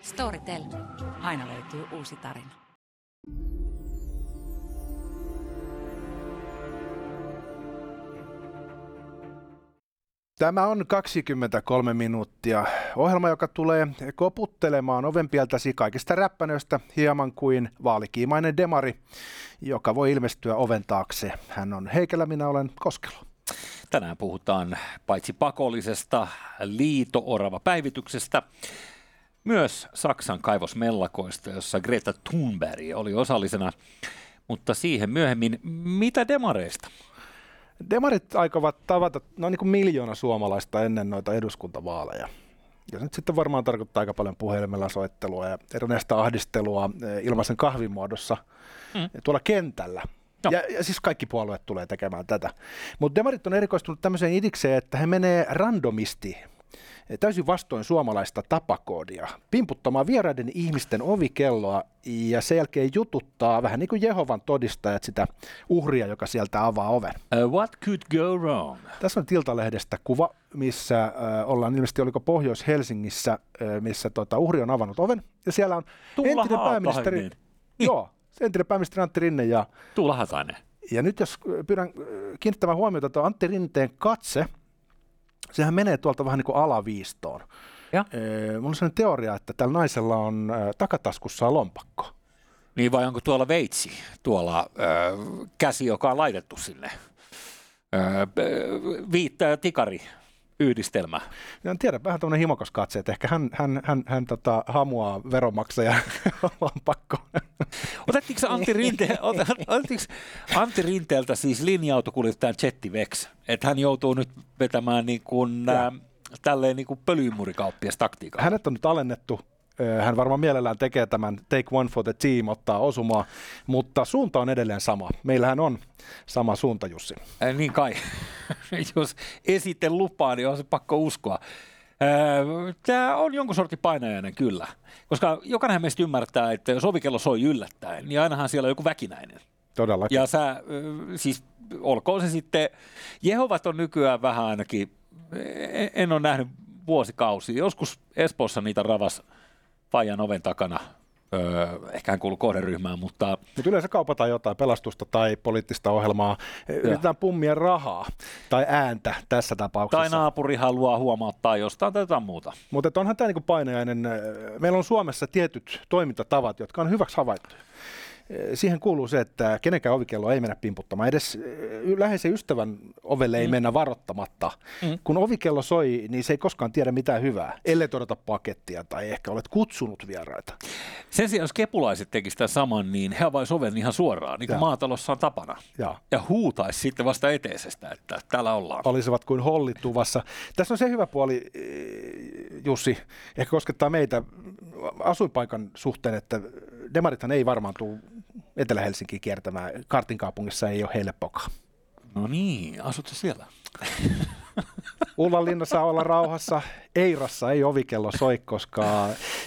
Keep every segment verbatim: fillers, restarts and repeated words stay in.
Storytel. Aina löytyy uusi tarina. Tämä on kaksikymmentäkolme minuuttia. Ohjelma, joka tulee koputtelemaan ovenpieltäsi kaikista räppänöistä hieman kuin vaalikiimainen demari, joka voi ilmestyä oven taakse. Hän on Heikelä, minä olen Koskelo. Tänään puhutaan paitsi pakollisesta liito-orava-päivityksestä, myös Saksan kaivosmellakoista, jossa Greta Thunberg oli osallisena, mutta siihen myöhemmin. Mitä demareista? Demarit aikovat tavata noin niin kuin miljoona suomalaista ennen noita eduskuntavaaleja. Ja nyt sitten varmaan tarkoittaa aika paljon puhelimella soittelua ja erinäistä ahdistelua ilmaisen kahvin muodossa mm. tuolla kentällä. No. Ja, ja siis kaikki puolueet tulee tekemään tätä. Mutta demarit on erikoistunut tämmöiseen idikseen, että he menee randomisti, täysin vastoin suomalaista tapakoodia, pimputtamaan vieraiden ihmisten ovikelloa ja sen jälkeen jututtaa vähän niin kuin Jehovan todistajat sitä uhria, joka sieltä avaa oven. Uh, what could go wrong? Tässä on Iltalehdestä kuva, missä äh, ollaan ilmeisesti, oliko Pohjois-Helsingissä, äh, missä tota, uhri on avannut oven. Ja siellä on Tuula entinen pääministeri, joo, entinen pääministeri Antti Rinne. Ja, Tuula Hatainen. Ja nyt jos pyydän kiinnittämään huomiota, että Antti Rinteen katse, sehän menee tuolta vähän niin kuin alaviistoon. Ja? Mulla on sellainen teoria, että tällä naisella on takataskussaan lompakko. Niin vai onko tuolla veitsi, tuolla äh, käsi, joka on laitettu sinne? Äh, viittä ja tikari yhdistelmä. En tiedä, vähän tämmöinen himokas katse, että ehkä hän, hän, hän, hän tota, hamuaa veronmaksajan lompakkoon. Otettiinko Antti, Rinte, otettiinko Antti Rinteeltä siis linja-autokuljettajan Jetti Vex, että hän joutuu nyt vetämään niin kuin, äh, tälleen niin kuin pölyymurikauppias taktiikalla? Hänet on nyt alennettu. Hän varmaan mielellään tekee tämän take one for the team, ottaa osumaa, mutta suunta on edelleen sama. Meillähän on sama suunta, Jussi. Äh, niin kai. Jos esite lupaa, niin on se pakko uskoa. Äh, Tämä on jonkun sortin painajainen kyllä, koska jokainen meistä ymmärtää, että jos ovikello soi yllättäen, niin ainahan siellä on joku väkinäinen. Todellakin. Ja sä, äh, siis olkoon se sitten, Jehovat on nykyään vähän ainakin, en ole nähnyt vuosikausia, joskus Espoossa niitä ravas faijan oven takana. Öö, ehkä hän kuuluu kohderyhmään, mutta... Mutta yleensä kaupataan jotain pelastusta tai poliittista ohjelmaa. Yritetään pummia rahaa tai ääntä tässä tapauksessa. Tai naapuri haluaa huomauttaa jostain tai jotain muuta. Mutta onhan tämä niinku painajainen. Meillä on Suomessa tietyt toimintatavat, jotka on hyväksi havaittu. Siihen kuuluu se, että kenenkään ovikello ei mennä pimputtamaan. Edes läheisen ystävän ovelle ei mm. mennä varoittamatta. Mm. Kun ovikello soi, niin se ei koskaan tiedä mitään hyvää, ellei odota pakettia tai ehkä olet kutsunut vieraita. Sen sijaan, jos kepulaiset tekisivät tämän saman, niin he avaisivat oven ihan suoraan, niin kuin maatalossa on tapana. Ja, ja huutaisi sitten vasta eteisestä, että täällä ollaan. Olisivat kuin hollituvassa. Tässä on se hyvä puoli, Jussi, ehkä koskettaa meitä asuinpaikan suhteen, että demarithan ei varmaan tule Etelä-Helsinkiin kiertämään. Kartin kaupungissa ei ole heille pokaa. No niin, asutko siellä? Ullanlinna saa olla rauhassa. Eirassa ei ovikello soi, koska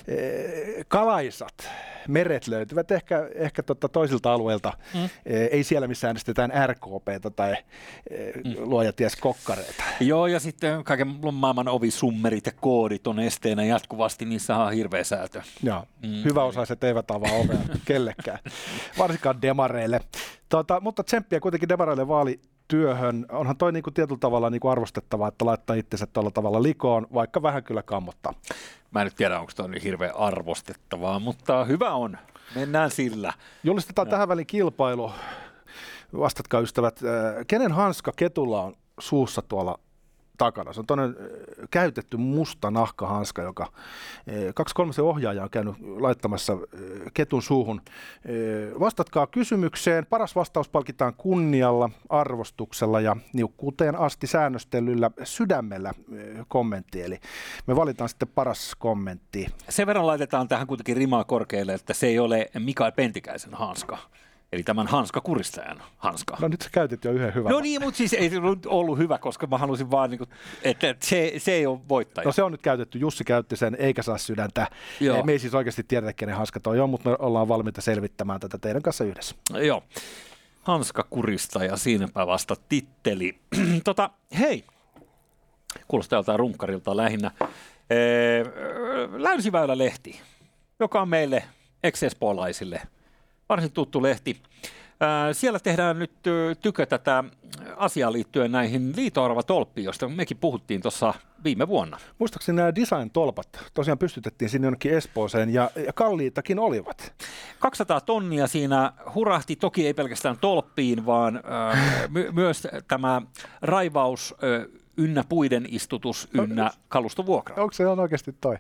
kalaisat, meret löytyvät ehkä, ehkä tota toisilta alueilta. Mm. Ei siellä, missä äänestetään R K P:tä tai mm. luoja ties kokkareita. Joo, ja sitten kaiken maailman ovisummerit ja koodit on esteenä jatkuvasti, niissä on hirveä säätö. Joo, mm. hyväosaiset eivät avaa ovea kellekään, varsinkaan demareille. Tota, mutta tsemppiä kuitenkin demareille vaalityöhön. Onhan toi niinku tietyllä tavalla niinku arvostettavaa, että laittaa itsensä tuolla tavalla likoon, vaikka vähän kyllä kammottaa. Mä en nyt tiedä, onko toi niin hirveän arvostettavaa, mutta hyvä on. Mennään sillä. Julistetaan ja. tähän väliin kilpailu. Vastatkaa ystävät. Kenen hanska ketulla on suussa tuolla takana? Se on toinen käytetty musta nahkahanska, joka kaksi kolmasen ohjaaja on käynyt laittamassa ketun suuhun. Vastatkaa kysymykseen. Paras vastaus palkitaan kunnialla, arvostuksella ja niukkuuteen asti säännöstellyllä sydämellä kommentti. Eli me valitaan sitten paras kommentti. Sen verran laitetaan tähän kuitenkin rimaa korkealle, että se ei ole Mikael Pentikäisen hanska. Eli tämän hanskakuristajan hanska. No nyt sä käytit jo yhden hyvän. No niin, mutta siis ei ollut hyvä, koska mä halusin vaan, niin kuin, että se, se ei ole voittaja. No se on nyt käytetty. Jussi käytti sen, eikä saa sydäntä. Joo. Me ei siis oikeasti tiedetä, kenen hanska toi on, mutta me ollaan valmiita selvittämään tätä teidän kanssa yhdessä. Joo. Hanskakuristaja, siinäpä vasta titteli. tota, hei, kuulostaa joltain runkkarilta lähinnä. Ee, Länsiväylä-lehti. joka on meille ex-espoolaisille varsin tuttu lehti. Siellä tehdään nyt tykö tätä asiaa liittyen näihin liito-oravatolppiin, joista mekin puhuttiin tuossa viime vuonna. Muistaakseni nämä design-tolpat tosiaan pystytettiin sinne jonnekin Espooseen ja, ja kalliitakin olivat. kaksisataa tonnia siinä hurahti, toki ei pelkästään tolppiin, vaan äh, my- myös tämä raivaus äh, ynnä puiden istutus ynnä kalustovuokra. Onko se on oikeasti toi?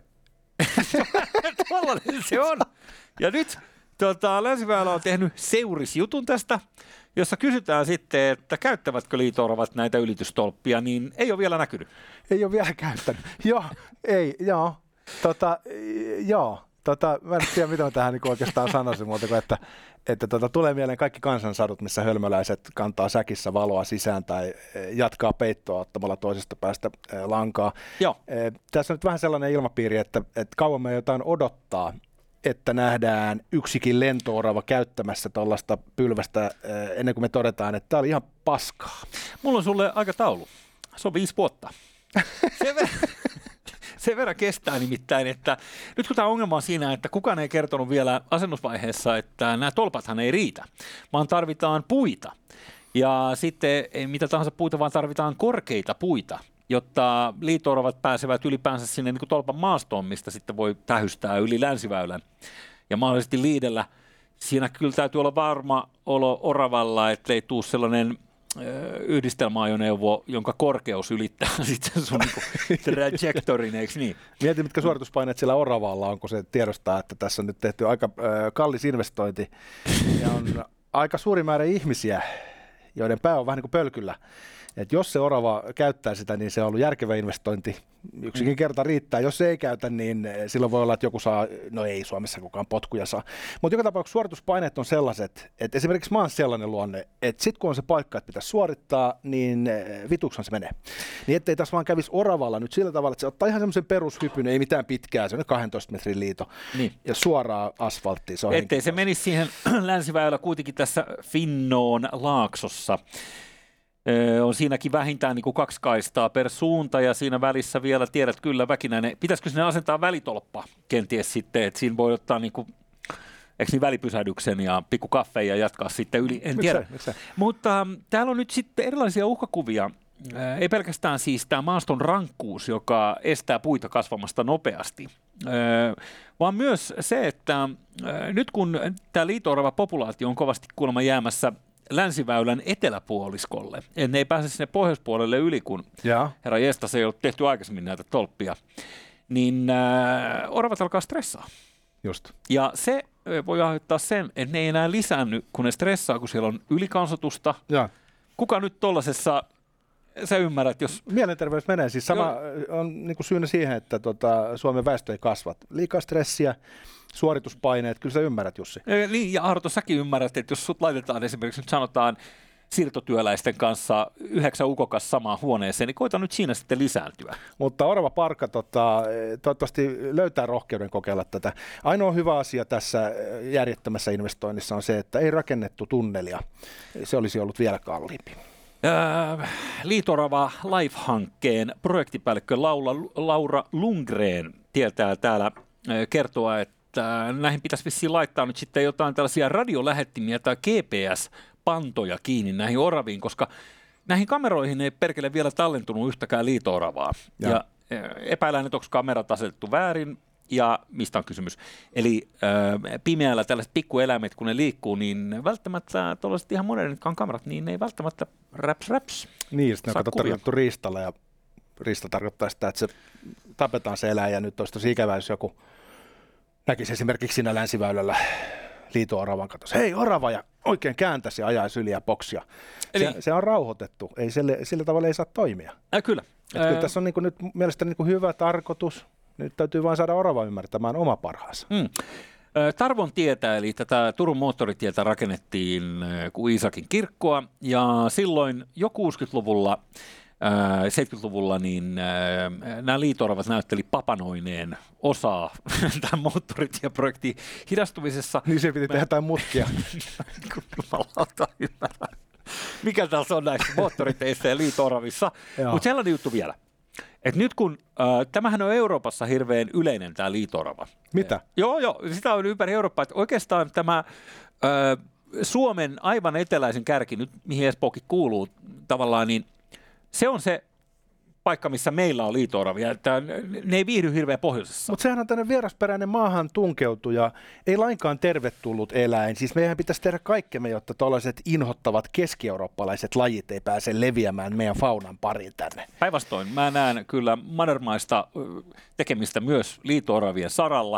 Tuollainen se on. Ja nyt tota, Länsiväylä on tehnyt seurisjutun tästä, jossa kysytään sitten, että käyttävätkö liito-oravat näitä ylitystolppia, niin ei ole vielä näkynyt. Ei ole vielä käyttänyt. Joo, ei, joo. Tota, joo. Tota, mä en tiedä, mitä mä tähän niin oikeastaan sanoisin, muuta kuin, että, että tota, tulee mieleen kaikki kansansadut, missä hölmöläiset kantaa säkissä valoa sisään tai jatkaa peittoa ottamalla toisesta päästä lankaa. Joo. Tässä on nyt vähän sellainen ilmapiiri, että, että kauan me jotain odottaa, että nähdään yksikin lentoorava käyttämässä tuollaista pylvästä ennen kuin me todetaan, että tämä oli ihan paskaa. Mulla on sulle aikataulu. Se on viisi vuotta. Sen verran, sen verran kestää nimittäin, että nyt kun tämä ongelma on siinä, että kukaan ei kertonut vielä asennusvaiheessa, että nämä tolpathan ei riitä, vaan tarvitaan puita. Ja sitten ei mitä tahansa puita, vaan tarvitaan korkeita puita, jotta liito-oravat pääsevät ylipäänsä sinne niin kuin tolpan maastoon, mistä sitten voi tähystää yli Länsiväylän ja mahdollisesti liidellä. Siinä kyllä täytyy olla varma olo oravalla, ettei tule sellainen ö, yhdistelmäajoneuvo, jonka korkeus ylittää sitten sun niin trajektorin, eikö niin? Mieti, mitkä suorituspaineet sillä oravalla on, kun se tiedostaa, että tässä on nyt tehty aika ö, kallis investointi ja on aika suuri määrä ihmisiä, joiden pää on vähän niin kuin pölkyllä. Et jos se orava käyttää sitä, niin se on ollut järkevä investointi. Yksikin kerta riittää. Jos se ei käytä, niin silloin voi olla, että joku saa, no ei Suomessa kukaan potkuja saa. Mutta joka tapauksessa suorituspaineet on sellaiset, että esimerkiksi mä oon sellainen luonne, että sit kun on se paikka, että pitäisi suorittaa, niin vituksihan se menee. Niin ettei tässä vaan kävisi oravalla nyt sillä tavalla, että se ottaa ihan semmoisen perushypyn, ei mitään pitkää, se on kahdentoista metrin liito niin. Ja suoraan asfalttiin. Se ettei se menisi siihen Länsiväylä kuitenkin tässä Finnoon laaksossa. Öö, on siinäkin vähintään niin kuin kaksi kaistaa per suunta ja siinä välissä vielä tiedät kyllä Väkinäinen. Pitäisikö sinne asentaa välitolppa kenties sitten, että siinä voi ottaa niin kuin, eikö niin välipysähdyksen ja pikku kaffeen ja jatkaa sitten yli, en tiedä. Miksei, miksei? Mutta ähm, täällä on nyt sitten erilaisia uhkakuvia. Äh, ei pelkästään siis tämä maaston rankkuus, joka estää puita kasvamasta nopeasti, äh, vaan myös se, että äh, nyt kun tämä liito-orava populaatio on kovasti kuulemma jäämässä Länsiväylän eteläpuoliskolle. En ei pääse sinne pohjoispuolelle yli, kun ja. herra jestas ei ole tehty aikaisemmin näitä tolppia. Niin äh, oravat alkaa stressaa. Just. Ja se voi aiheuttaa sen, että ne ei enää lisäänny, kun ne stressaa, kun siellä on ylikansotusta. Ja. Kuka nyt tollasessa, sä ymmärrät, jos... Mielenterveys menee. Siis sama jo. on niin kuin syynä siihen, että tota, Suomen väestö ei kasva. Liikaa stressiä. Suorituspaineet, kyllä sä ymmärrät, Jussi. Ja, niin, ja Arto, säkin ymmärrät, että jos sut laitetaan esimerkiksi, nyt sanotaan siirtotyöläisten kanssa yhdeksän ukokas samaan huoneeseen, niin koita nyt siinä sitten lisääntyä. Mutta Orava Parkka tota, toivottavasti löytää rohkeuden kokeilla tätä. Ainoa hyvä asia tässä järjettömässä investoinnissa on se, että ei rakennettu tunnelia. Se olisi ollut vielä kalliimpi. Äh, Liito-orava Life-hankkeen projektipäällikkö Laura, Laura Lundgren tietää täällä äh, kertoa, että näihin pitäisi vissiin laittaa nyt sitten jotain tällaisia radiolähettimiä tai G P S-pantoja kiinni näihin oraviin, koska näihin kameroihin ei perkele vielä tallentunut yhtäkään liito-oravaa. Ja, ja epäillään, että onko kamerat asetettu väärin ja mistä on kysymys. Eli äh, pimeällä tällaiset pikkueläimet, kun ne liikkuu, niin välttämättä tuollaiset ihan modernitkaan kamerat, niin ne ei välttämättä raps raps. Niin, sitten ne on tarkoitettu riistalla ja riista tarkoittaa sitä, että se tapetaan se eläin ja nyt olisi tosi ikävä, jos joku näkisi esimerkiksi siinä Länsiväylällä liito-oravan katossa. Hei, orava! Ja oikein kääntäisi ja ajaisi yli ja boksia. Eli... Se, se on rauhoitettu. Ei sille, sillä tavalla ei saa toimia. Äh, kyllä. Äh... Kyllä tässä on niin kuin nyt mielestäni niin kuin hyvä tarkoitus. Nyt täytyy vain saada orava ymmärtämään oma parhaansa. Mm. Tarvon tietä, eli tätä Turun moottoritietä rakennettiin kuin Iisakin kirkkoa. Ja silloin jo kuusikymmentäluvulla seitsemänkymmentäluvulla niin nämä liito-oravat näytteli papanoineen osaa tämän moottoritieprojektin hidastumisessa. Niin se piti tehdä jotain mutkia. Jumalauta, ymmärrän. Mikä tässä on näissä moottoriteissä ja liito-oravissa. Mutta sellainen juttu vielä, Et nyt kun, äh, tämähän on Euroopassa hirveän yleinen tämä liito-orava. Mitä? Joo, joo, sitä on ympäri Eurooppaa. Että oikeastaan tämä äh, Suomen aivan eteläisen kärki, nyt mihin Espookin kuuluu tavallaan, niin se on se paikka, missä meillä on liito-oravia. Että ne ei viihdy hirveän pohjoisessa. Mutta sehän on tämmöinen vierasperäinen maahan tunkeutuja, ei lainkaan tervetullut eläin. Siis meidän pitäisi tehdä kaikkemme, jotta tällaiset inhottavat keski-eurooppalaiset lajit ei pääse leviämään meidän faunan pariin tänne. Päinvastoin, mä näen kyllä mannermaista tekemistä myös liito-oravien saralla.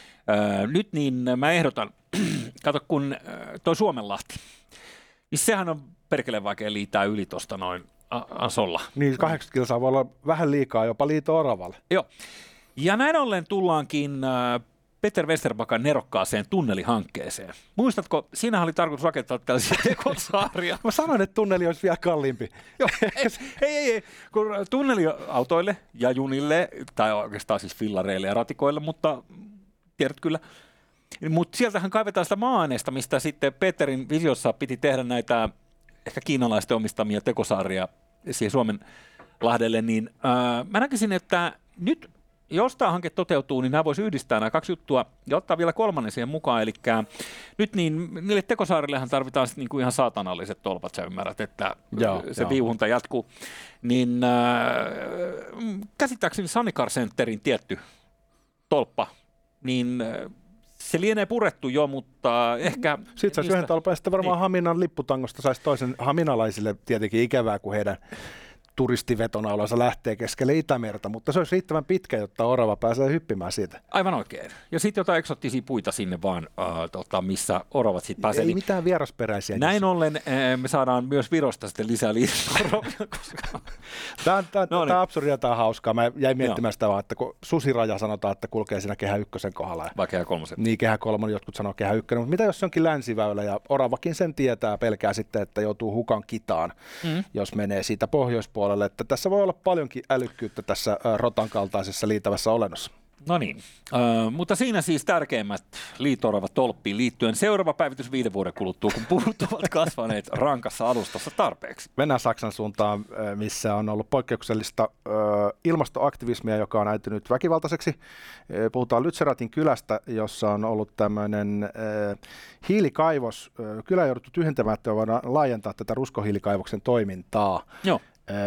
Nyt niin mä ehdotan, kato kun toi Suomenlahti, niin sehän on perkeleen vaikea liitää yli tuosta noin Asolla. Niin kahdeksankymmentä kilsaa voi olla vähän liikaa jopa liito-oravalle. Joo. Ja näin ollen tullaankin äh, Peter Westerbakan nerokkaaseen tunnelihankkeeseen. Muistatko, siinä oli tarkoitus rakentaa tällaisia tekosaaria. Mä sanoin, että tunneli olisi vielä kalliimpi. Joo, ei, ei, ei, ei. Kun tunneliautoille ja junille, tai oikeastaan siis fillareille ja ratikoille, mutta tiedät kyllä. Mutta sieltähän kaivetaan sitä maa-aineesta, mistä sitten Peterin visiossa piti tehdä näitä ehkä kiinalaisten omistamia tekosaaria siihen Suomen lahdelle, niin ää, mä näkisin, että nyt jos tämä hanke toteutuu, niin nämä voisi yhdistää nämä kaksi juttua ja ottaa vielä kolmannen siihen mukaan, eli nyt niin niille tekosaarillehan tarvitaan sitten niinku ihan saatanalliset tolpat, sä ymmärrät, että joo, se joo. viuhunta jatkuu, niin ää, käsittääkseni Sanikar Centerin tietty tolppa, niin se lienee purettu jo, mutta ehkä... Sitten saisi yhden tolpan ja sitten varmaan niin. Haminan lipputangosta saisi toisen haminalaisille tietenkin ikävää, kun heidän turistivetonaulansa lähtee keskelle Itämerta, mutta se olisi riittävän pitkä, jotta orava pääsee hyppimään siitä. Aivan oikein. Ja sitten jotain eksottisia puita sinne vaan, äh, tota, missä oravat sitten pääsee. Ei mitään vierasperäisiä. Näin niissä. Ollen äh, me saadaan myös Virosta sitten lisää liito-oravia. Koska... Tämä on, tämä, no niin. tämä on absurdia, tämä on hauskaa. Mä jäin miettimään sitä vaan, että kun susiraja sanotaan, että kulkee siinä kehä ykkösen kohdalla. Vai kehä kolmosen. Niin, kehä kolmonen, jotkut sanoo kehä ykkönen. Mutta mitä jos se onkin länsiväylä ja oravakin sen tietää, pelkää sitten, että joutuu hukan kitaan, mm. jos menee siitä pohjoispuolelle. Että tässä voi olla paljonkin älykkyyttä tässä rotan kaltaisessa liitävässä olennossa. No niin, äh, mutta siinä siis tärkeimmät liito-oravat tolppiin liittyen. Seuraava päivitys viiden vuoden kuluttua, kun puut ovat kasvaneet rankassa alustassa tarpeeksi. Mennään Saksan suuntaan, missä on ollut poikkeuksellista ilmastoaktivismia, joka on äitynyt väkivaltaiseksi. Puhutaan Lützeratin kylästä, jossa on ollut tämmöinen hiilikaivos. Kylä on jouduttu tyhjentämään, että voidaan laajentaa tätä ruskohiilikaivoksen toimintaa. Joo.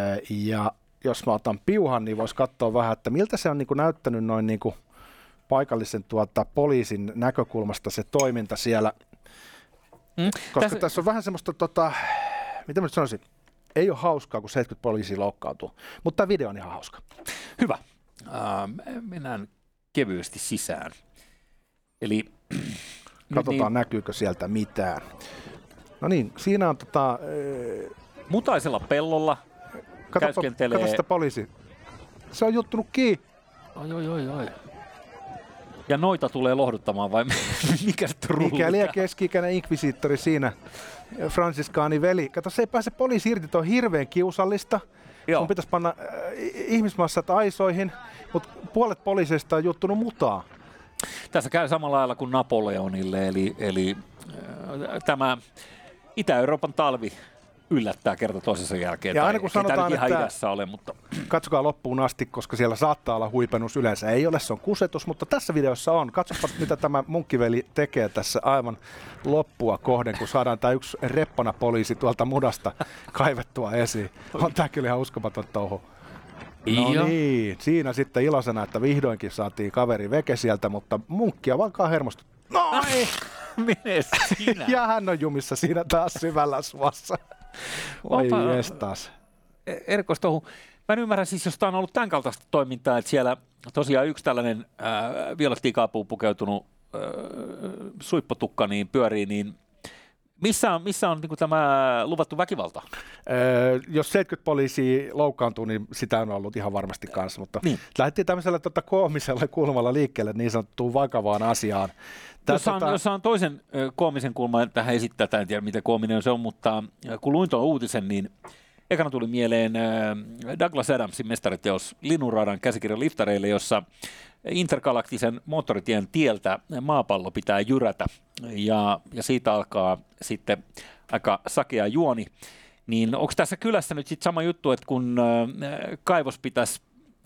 Ja jos mä otan piuhan, niin voisi katsoa vähän, että miltä se on niin kuin näyttänyt noin niin kuin paikallisen tuota, poliisin näkökulmasta se toiminta siellä. Mm. Koska tässä... tässä on vähän semmoista, tota, mitä mä nyt sanoisin, ei ole hauskaa, kun seitsemänkymmentä poliisia loukkaantuu, mutta tämä video on ihan hauska. Hyvä. Uh, mennään kevyesti sisään. Eli katsotaan, niin... näkyykö sieltä mitään. No niin, siinä on tota... mutaisella pellolla käskentelee... Kato sitä poliisi. Se on juttunut kiinni. Oi, oi, oi, oi. Ja noita tulee lohduttamaan vai mikä se rullaa? Mikäli ja keski-ikäinen inkvisiittori siinä, Fransiskaani veli. Kato, se ei pääse poliisi irti, tuo on hirveän kiusallista. Joo. Sun pitäisi panna äh, ihmismassat aisoihin, mutta puolet poliiseista on juttunut mutaa. Tässä käy samalla lailla kuin Napoleonille, eli, eli äh, tämä Itä-Euroopan talvi yllättää kerta toisensa jälkeen. Ja aina kun sanotaan, ihan että idässä ole, mutta... katsokaa loppuun asti, koska siellä saattaa olla huipennus, yleensä ei ole, se on kusetus, mutta tässä videossa on. Katsopa, mitä tämä munkkiveli tekee tässä aivan loppua kohden, kun saadaan tämä yksi reppana poliisi tuolta mudasta kaivettua esiin. On tämä kyllä ihan uskomaton touhu. No niin, siinä sitten iloisena, että vihdoinkin saatiin kaveri veke sieltä, mutta munkkia vaan hermostut. No ei! Mene sinä! Ja hän on jumissa siinä taas syvällä suossa. Oi jestas. Erikoista touhu. Mä en ymmärrä siis, jos tämä on ollut tämän kaltaista toimintaa, että siellä tosiaan yksi tällainen äh, violettikaapuun pukeutunut äh, suippotukka niin pyörii, niin missä on, missä on niin kuin tämä luvattu väkivalta? Öö, jos seitsemänkymmentä poliisia loukkaantuu, niin sitä on ollut ihan varmasti kanssa, mutta niin. Lähdettiin tämmöisellä tota, koomisella kulmalla liikkeelle niin sanottuun vakavaan asiaan. Jos on, tota... jos on toisen ö, koomisen kulman tähän esittää, en tiedä miten koominen se on, mutta kun luin tuon uutisen, niin ekana tuli mieleen ö, Douglas Adamsin mestariteos Linnunradan käsikirja liftareille, jossa intergalaktisen moottoritien tieltä maapallo pitää jyrätä ja, ja siitä alkaa sitten aika sakea juoni. Niin onko tässä kylässä nyt sitten sama juttu, että kun ö, kaivos pitäisi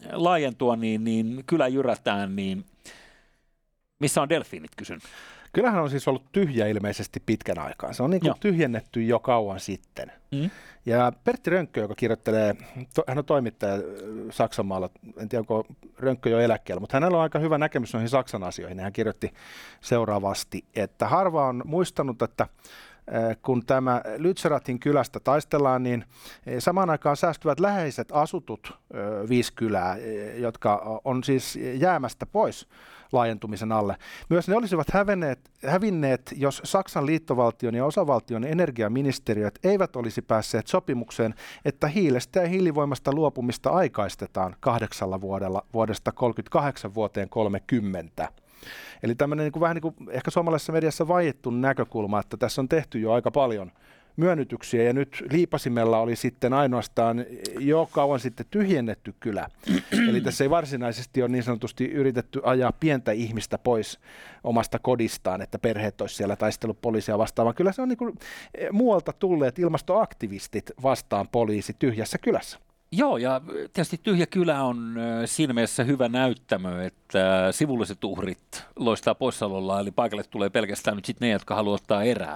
laajentua, niin, niin kyllä jyrätään, niin missä on delfiinit, kysyn? Kyllähän on siis ollut tyhjä ilmeisesti pitkän aikaa. Se on niin kuin tyhjennetty jo kauan sitten. Mm. Ja Pertti Rönkkö, joka kirjoittelee, to, hän on toimittaja Saksanmaalla, en tiedä onko Rönkkö jo eläkkeellä, mutta hänellä on aika hyvä näkemys noihin Saksan asioihin. Hän kirjoitti seuraavasti, että harva on muistanut, että kun tämä Lützeratin kylästä taistellaan, niin samaan aikaan säästyvät läheiset asutut viisi kylää, jotka on siis jäämästä pois laajentumisen alle. Myös ne olisivat hävinneet, hävinneet, jos Saksan liittovaltion ja osavaltion energiaministeriöt eivät olisi päässeet sopimukseen, että hiilestä ja hiilivoimasta luopumista aikaistetaan kahdeksalla vuodella vuodesta kolmekymmentäkahdeksan vuoteen kolmekymmentä. Eli tämmöinen niin kuin, vähän niin kuin ehkä suomalaisessa mediassa vaiettu näkökulma, että tässä on tehty jo aika paljon myönnytyksiä ja nyt Liipasimella oli sitten ainoastaan jo kauan sitten tyhjennetty kylä. Eli tässä ei varsinaisesti ole niin sanotusti yritetty ajaa pientä ihmistä pois omasta kodistaan, että perheet olisi siellä taistellut poliisia vastaan, vaan kyllä se on niin kuin muualta tulleet ilmastoaktivistit vastaan poliisi tyhjässä kylässä. Joo, ja tietysti tyhjä kylä on siinä mielessä hyvä näyttämö, että sivulliset uhrit loistaa poissaolollaan, eli paikalle tulee pelkästään nyt sitten ne, jotka haluaa ottaa erää.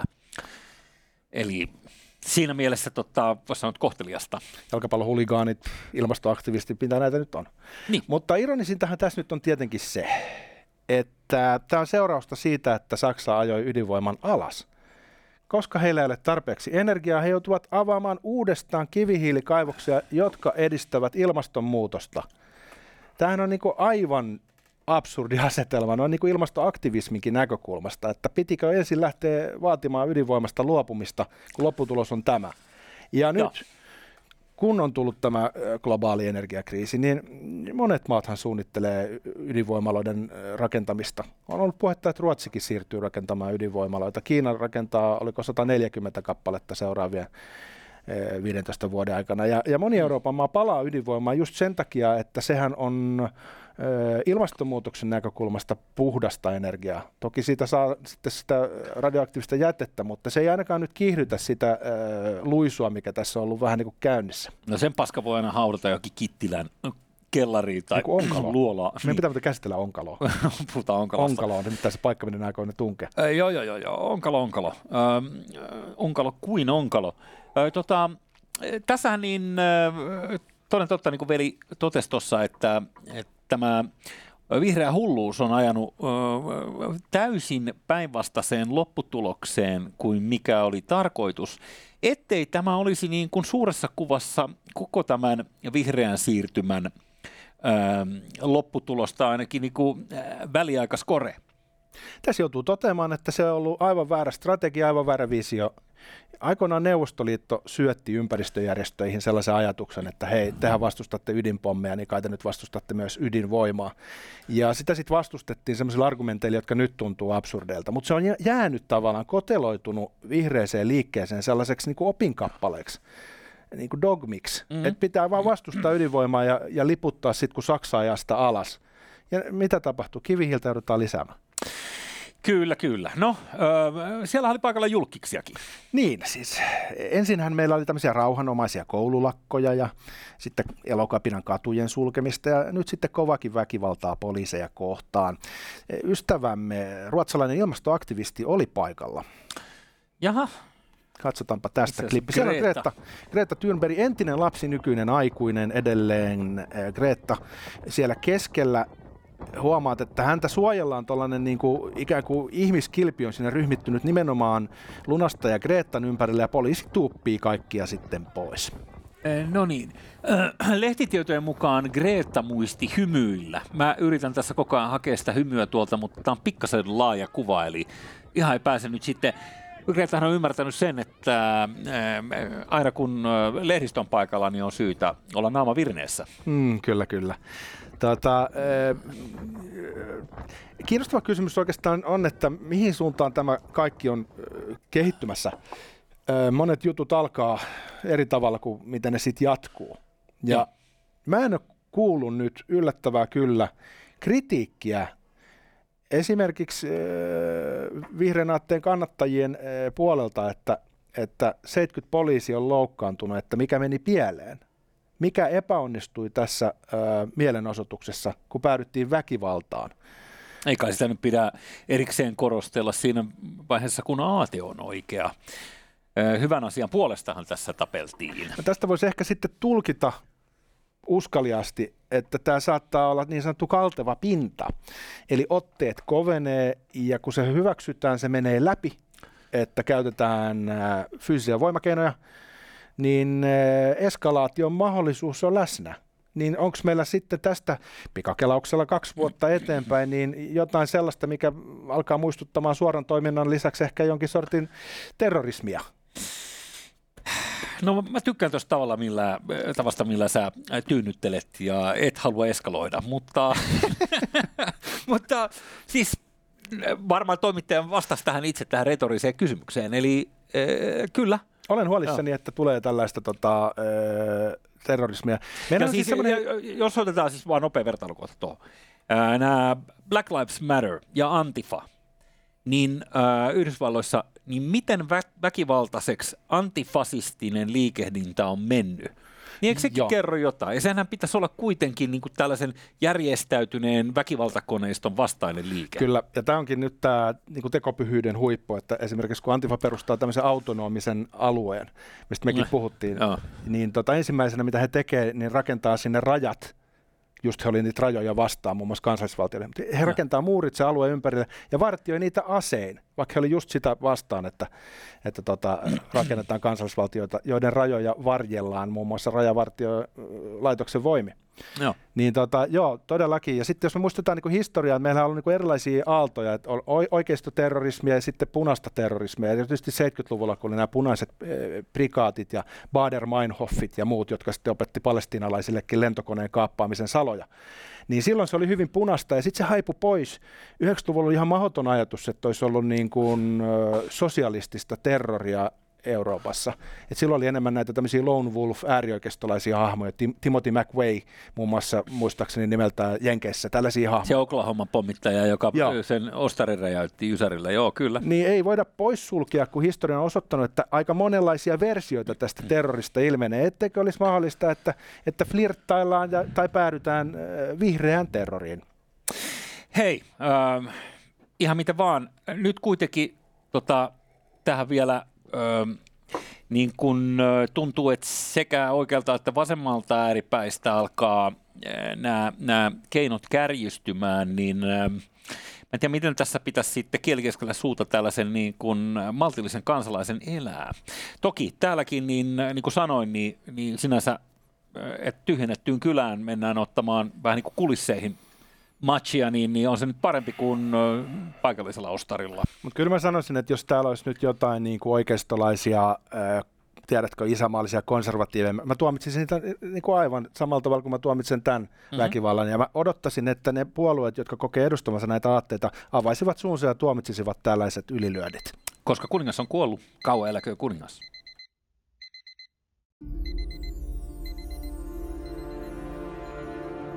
Eli siinä mielessä tota, voisi sanoa kohteliasta. Jalkapallohuligaanit, ilmastoaktivistit, mitä näitä nyt on. Niin. Mutta ironisintahan tässä nyt on tietenkin se, että tämä on seurausta siitä, että Saksa ajoi ydinvoiman alas. Koska heillä ei ole tarpeeksi energiaa, he joutuvat avaamaan uudestaan kivihiilikaivoksia, jotka edistävät ilmastonmuutosta. Tämähän on niin kuin aivan absurdi asetelma, no niin kuin ilmastoaktivisminkin näkökulmasta, että pitikö ensin lähteä vaatimaan ydinvoimasta luopumista, kun lopputulos on tämä. Ja nyt, Joo. kun on tullut tämä globaali energiakriisi, niin monet maathan suunnittelee ydinvoimaloiden rakentamista. On ollut puhetta, että Ruotsikin siirtyy rakentamaan ydinvoimaloita. Kiina rakentaa, oliko sata neljäkymmentä kappaletta seuraavien viidentoista vuoden aikana. Ja, ja moni Euroopan maa palaa ydinvoimaan just sen takia, että sehän on ilmastonmuutoksen näkökulmasta puhdasta energiaa. Toki siitä saa sitten sitä radioaktiivista jätettä, mutta se ei ainakaan nyt kiihdytä sitä äh, luisua, mikä tässä on ollut vähän niin kuin käynnissä. No sen paska voi aina haudata jokin Kittilän kellariin tai onkalo. luolaa. Meidän pitää mutta käsitellä onkaloa. Puhutaan onkalosta. Onkalo on nimittäin se paikka, minne aikoinen tunke. Äh, joo, joo, joo, joo. Onkalo, onkalo. Äh, onkalo kuin onkalo. Äh, tota, tässähän niin äh, toden totta, niin kuin veli totesi tuossa, että, että tämä vihreä hulluus on ajanut ö, täysin päinvastaiseen lopputulokseen kuin mikä oli tarkoitus, ettei tämä olisi niin kuin suuressa kuvassa koko tämän vihreän siirtymän ö, lopputulosta ainakin niin kuin väliaikaskore. Tässä joutuu toteamaan, että se on ollut aivan väärä strategia, aivan väärä visio. Aikoinaan Neuvostoliitto syötti ympäristöjärjestöihin sellaisen ajatuksen, että hei, tehän vastustatte ydinpommeja, niin kai te nyt vastustatte myös ydinvoimaa. Ja sitä sitten vastustettiin sellaisilla argumenteilla, jotka nyt tuntuu absurdeilta. Mutta se on jäänyt tavallaan, koteloitunut vihreäseen liikkeeseen sellaiseksi niin kuin opinkappaleeksi, niin kuin dogmiksi. Mm-hmm. Että pitää vaan vastustaa ydinvoimaa ja, ja liputtaa sitten, kun Saksa ajaa sitä alas. Ja mitä tapahtuu? Kivihiiltä joudutaan lisäämään. Kyllä, kyllä. No, äh, siellä oli paikalla julkkiksiakin. Niin, siis ensinhän meillä oli tämmöisiä rauhanomaisia koululakkoja ja sitten Elokapinan katujen sulkemista ja nyt sitten kovakin väkivaltaa poliiseja kohtaan. Ystävämme, ruotsalainen ilmastoaktivisti, oli paikalla. Jaha. Katsotaanpa tästä klippi. Siellä on Greta, Greta Thunberg, entinen lapsi, nykyinen aikuinen, edelleen äh, Greta siellä keskellä. Huomaat, että häntä suojellaan tuollainen niin kuin, ikään kuin ihmiskilpi on siinä ryhmittynyt nimenomaan Lunasta ja Greetan ympärille ja poliisi tuuppii kaikkia sitten pois. No niin. Lehtitietojen mukaan Greta muisti hymyillä. Mä yritän tässä koko ajan hakea sitä hymyä tuolta, mutta tämä on pikkasen laaja kuva, eli ihan ei pääse nyt sitten. Gretahan on ymmärtänyt sen, että aina kun lehdistö on paikalla, niin on syytä olla naama virneessä. Mm, kyllä, kyllä. Tota, äh, kiinnostava kysymys oikeastaan on, että mihin suuntaan tämä kaikki on äh, kehittymässä. Äh, monet jutut alkaa eri tavalla kuin miten ne sitten jatkuu. Ja ja mä en ole kuullut nyt yllättävää kyllä kritiikkiä esimerkiksi äh, vihreän aatteen kannattajien äh, puolelta, että, että seitsemänkymmentä poliisia on loukkaantunut, että mikä meni pieleen. mikä epäonnistui tässä ö, mielenosoituksessa, kun päädyttiin väkivaltaan? Ei kai sitä nyt pidä erikseen korostella siinä vaiheessa, kun aate on oikea. Hyvän asian puolestahan tässä tapeltiin. No tästä voisi ehkä sitten tulkita uskaliasti, että tämä saattaa olla niin sanottu kalteva pinta. Eli otteet kovenee ja kun se hyväksytään, se menee läpi, että käytetään fyysisiä voimakeinoja, niin eskalaation mahdollisuus on läsnä. Niin onko meillä sitten tästä pikakelauksella kaksi vuotta eteenpäin niin jotain sellaista, mikä alkaa muistuttamaan suoran toiminnan lisäksi ehkä jonkin sortin terrorismia? No mä tykkään tuosta tavalla, millä, tavasta, millä sä tyynnyttelet ja et halua eskaloida, mutta, mutta siis varmaan toimittaja vastasi tähän itse tähän retoriseen kysymykseen, eli äh, kyllä. Olen huolissani, no. että tulee tällaista tota, äh, terrorismia. Siis siis semmoinen... Jos otetaan siis vaan nopea vertailukohta tuohon. Äh, nämä Black Lives Matter ja Antifa, niin äh, Yhdysvalloissa, niin miten vä- väkivaltaiseksi antifasistinen liikehdintä on mennyt? Niin eikö sekin Joo. kerro jotain? Ja senhän pitäisi olla kuitenkin niin kuin tällaisen järjestäytyneen väkivaltakoneiston vastainen liike. Kyllä, ja tämä onkin nyt tämä niin kuin tekopyhyyden huippu, että esimerkiksi kun Antifa perustaa tämmöisen autonomisen alueen, mistä mekin no. puhuttiin, no. niin tota, ensimmäisenä mitä he tekevät, niin rakentaa sinne rajat. Just he oli niitä rajoja vastaan, muun muassa kansallisvaltioille. He no. rakentaa muurit se alueen ympärille ja vartioi niitä asein, vaikka he oli just sitä vastaan, että, että tota, rakennetaan kansallisvaltioita, joiden rajoja varjellaan muun muassa rajavartiolaitoksen voimi. No. Niin tota, joo, todellakin. Ja sitten jos me muistetaan niin historiaa, meillä on ollut niin erilaisia aaltoja, että on oikeistoterrorismia ja sitten punaista terrorismia. Ja tietysti seitsemänkymmentäluvulla, kun oli nämä punaiset eh, prikaatit ja Baader-Meinhofit ja muut, jotka sitten opetti palestiinalaisillekin lentokoneen kaappaamisen saloja. Niin silloin se oli hyvin punaista ja sitten se haipui pois. yhdeksänkymmentäluvulla oli ihan mahdoton ajatus, että olisi ollut niin kuin, ö, sosialistista terroria Euroopassa. Et silloin oli enemmän näitä tämmöisiä lone wolf äärioikeistolaisia hahmoja. Tim- Timothy McVeigh muun muassa muistaakseni nimeltään Jenkeissä, tällaisia hahmoja. Se Oklahoman pommittaja, joka Joo. sen ostarin räjäytti Ysärillä, joo kyllä. Niin ei voida poissulkea, kun historia on osoittanut, että aika monenlaisia versioita tästä terrorista ilmenee. Etteikö olisi mahdollista, että, että flirttaillaan ja, tai päädytään äh, vihreään terroriin? Hei, äh, ihan mitä vaan. Nyt kuitenkin tota, tähän vielä... Öö, niin kun tuntuu, että sekä oikealta että vasemmalta ääripäistä alkaa nämä keinot kärjistymään, niin ää, mä en tiedä, miten tässä pitäisi sitten kielikeskellä suuta tällaisen niin kun maltillisen kansalaisen elää. Toki täälläkin, niin, niin kuin sanoin, niin, niin sinänsä, että tyhjennettyyn kylään mennään ottamaan vähän niin kuin kulisseihin matchia, niin, niin on se nyt parempi kuin ö, paikallisella ostarilla. Mutta kyllä mä sanoisin, että jos täällä olisi nyt jotain niin kuin oikeistolaisia, äh, tiedätkö, isämaallisia konservatiiveja, mä tuomitsin niitä niin kuin aivan samalla tavalla kuin mä tuomitsen tämän mm-hmm. väkivallan. Ja mä odottaisin, että ne puolueet, jotka kokee edustamansa näitä aatteita, avaisivat suunsa ja tuomitsisivat tällaiset ylilyödit. Koska kuningas on kuollut, kauan eläköön kuningas.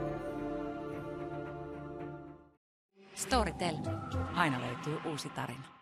Storytel. Aina löytyy uusi tarina.